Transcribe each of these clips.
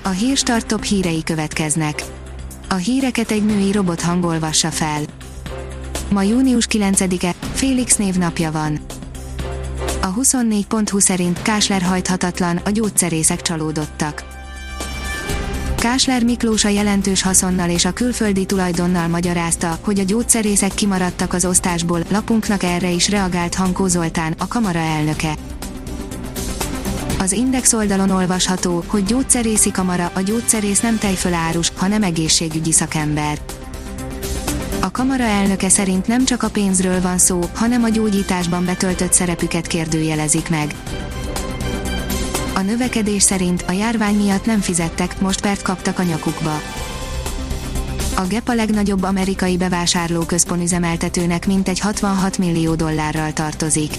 A Hírstart top hírei következnek. A híreket egy női robothang olvassa fel. Ma június 9-e, Félix névnapja van. A 24.20 szerint Kásler hajthatatlan, a gyógyszerészek csalódottak. Kásler Miklós a jelentős haszonnal és a külföldi tulajdonnal magyarázta, hogy a gyógyszerészek kimaradtak az osztásból, lapunknak erre is reagált Hankó Zoltán, a kamara elnöke. Az Index oldalon olvasható, hogy gyógyszerészi kamara, a gyógyszerész nem tejfölárus, hanem egészségügyi szakember. A kamara elnöke szerint nem csak a pénzről van szó, hanem a gyógyításban betöltött szerepüket kérdőjelezik meg. A növekedés szerint a járvány miatt nem fizettek, most pert kaptak a nyakukba. A GEP a legnagyobb amerikai bevásárlóközpont üzemeltetőnek mintegy $66 millió tartozik.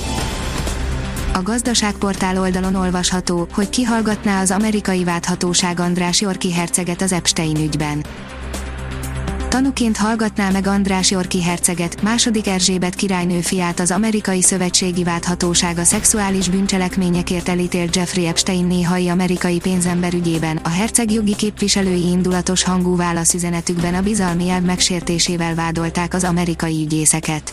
A gazdaságportál oldalon olvasható, hogy kihallgatná az amerikai vádhatóság András Yorki herceget az Epstein ügyben. Tanúként hallgatná meg András Yorki herceget, II. Erzsébet királynő fiát az amerikai szövetségi vádhatóság a szexuális bűncselekményekért elítélt Jeffrey Epstein néhai amerikai pénzember ügyében. A herceg jogi képviselői indulatos hangú válaszüzenetükben a bizalmi elv megsértésével vádolták az amerikai ügyészeket.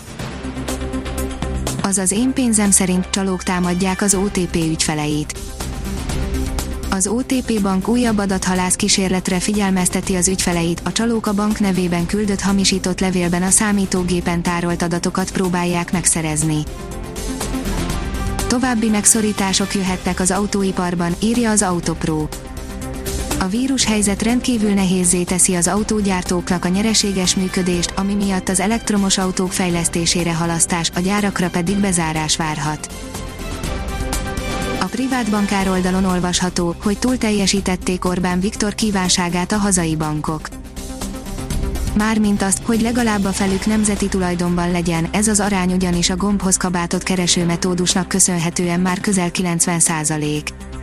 Az én pénzem szerint csalók támadják az OTP ügyfeleit. Az OTP bank újabb adathalász kísérletre figyelmezteti az ügyfeleit, a csalók a bank nevében küldött hamisított levélben a számítógépen tárolt adatokat próbálják megszerezni. További megszorítások jöhettek az autóiparban, írja az Autopro. A vírushelyzet rendkívül nehézzé teszi az autógyártóknak a nyereséges működést, ami miatt az elektromos autók fejlesztésére halasztás, a gyárakra pedig bezárás várhat. A privát bankár oldalon olvasható, hogy túlteljesítették Orbán Viktor kívánságát a hazai bankok. Mármint azt, hogy legalább a felük nemzeti tulajdonban legyen, ez az arány ugyanis a gombhoz kabátot kereső metódusnak köszönhetően már közel 90%.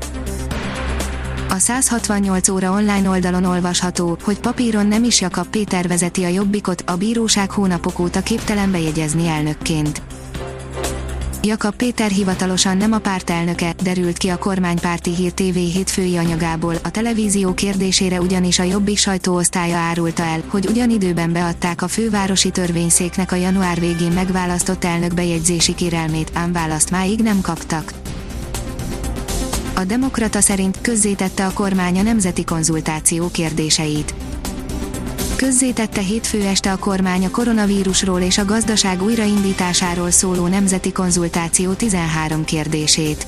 A 168 óra online oldalon olvasható, hogy papíron nem is Jakab Péter vezeti a Jobbikot, a bíróság hónapok óta képtelen bejegyezni elnökként. Jakab Péter hivatalosan nem a párt elnöke, derült ki a kormánypárti Hír TV hétfői anyagából, a televízió kérdésére ugyanis a Jobbik sajtóosztálya árulta el, hogy ugyanidőben beadták a fővárosi törvényszéknek a január végén megválasztott elnök bejegyzési kérelmét, ám választ máig nem kaptak. A Demokrata szerint közzétette a kormány a nemzeti konzultáció kérdéseit. Közzétette hétfő este a kormány a koronavírusról és a gazdaság újraindításáról szóló nemzeti konzultáció 13 kérdését.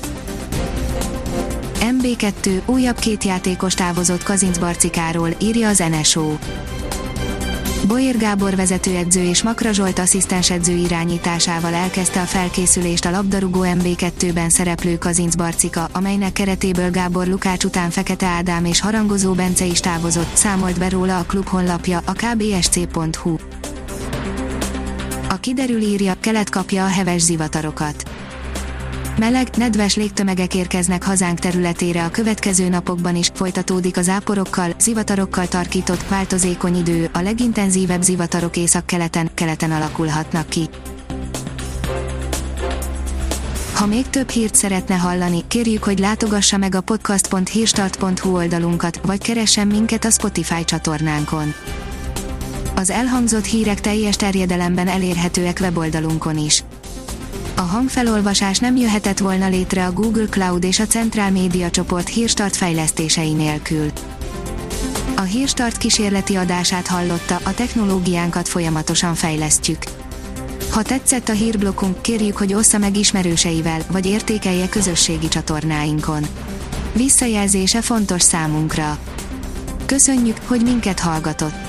MB2 újabb 2 játékos távozott Kazincbarcikáról, írja az NSO. Boér Gábor vezetőedző és Makra Zsolt asszisztensedző irányításával elkezdte a felkészülést a labdarúgó MB2-ben szereplő Kazincbarcika, amelynek keretéből Gábor Lukács után Fekete Ádám és Harangozó Bence is távozott, számolt be róla a klub honlapja, a kbsc.hu. A kiderül írja, Kelet kapja a heves zivatarokat. Meleg, nedves légtömegek érkeznek hazánk területére a következő napokban is, folytatódik a záporokkal, zivatarokkal tarkított, változékony idő, a legintenzívebb zivatarok északkeleten alakulhatnak ki. Ha még több hírt szeretne hallani, kérjük, hogy látogassa meg a podcast.hírstart.hu oldalunkat, vagy keressen minket a Spotify csatornánkon. Az elhangzott hírek teljes terjedelemben elérhetőek weboldalunkon is. A hangfelolvasás nem jöhetett volna létre a Google Cloud és a Centrál Média csoport Hírstart fejlesztései nélkül. A Hírstart kísérleti adását hallotta, a technológiánkat folyamatosan fejlesztjük. Ha tetszett a hírblokkunk, kérjük, hogy ossza meg ismerőseivel, vagy értékelje közösségi csatornáinkon. Visszajelzése fontos számunkra. Köszönjük, hogy minket hallgatott!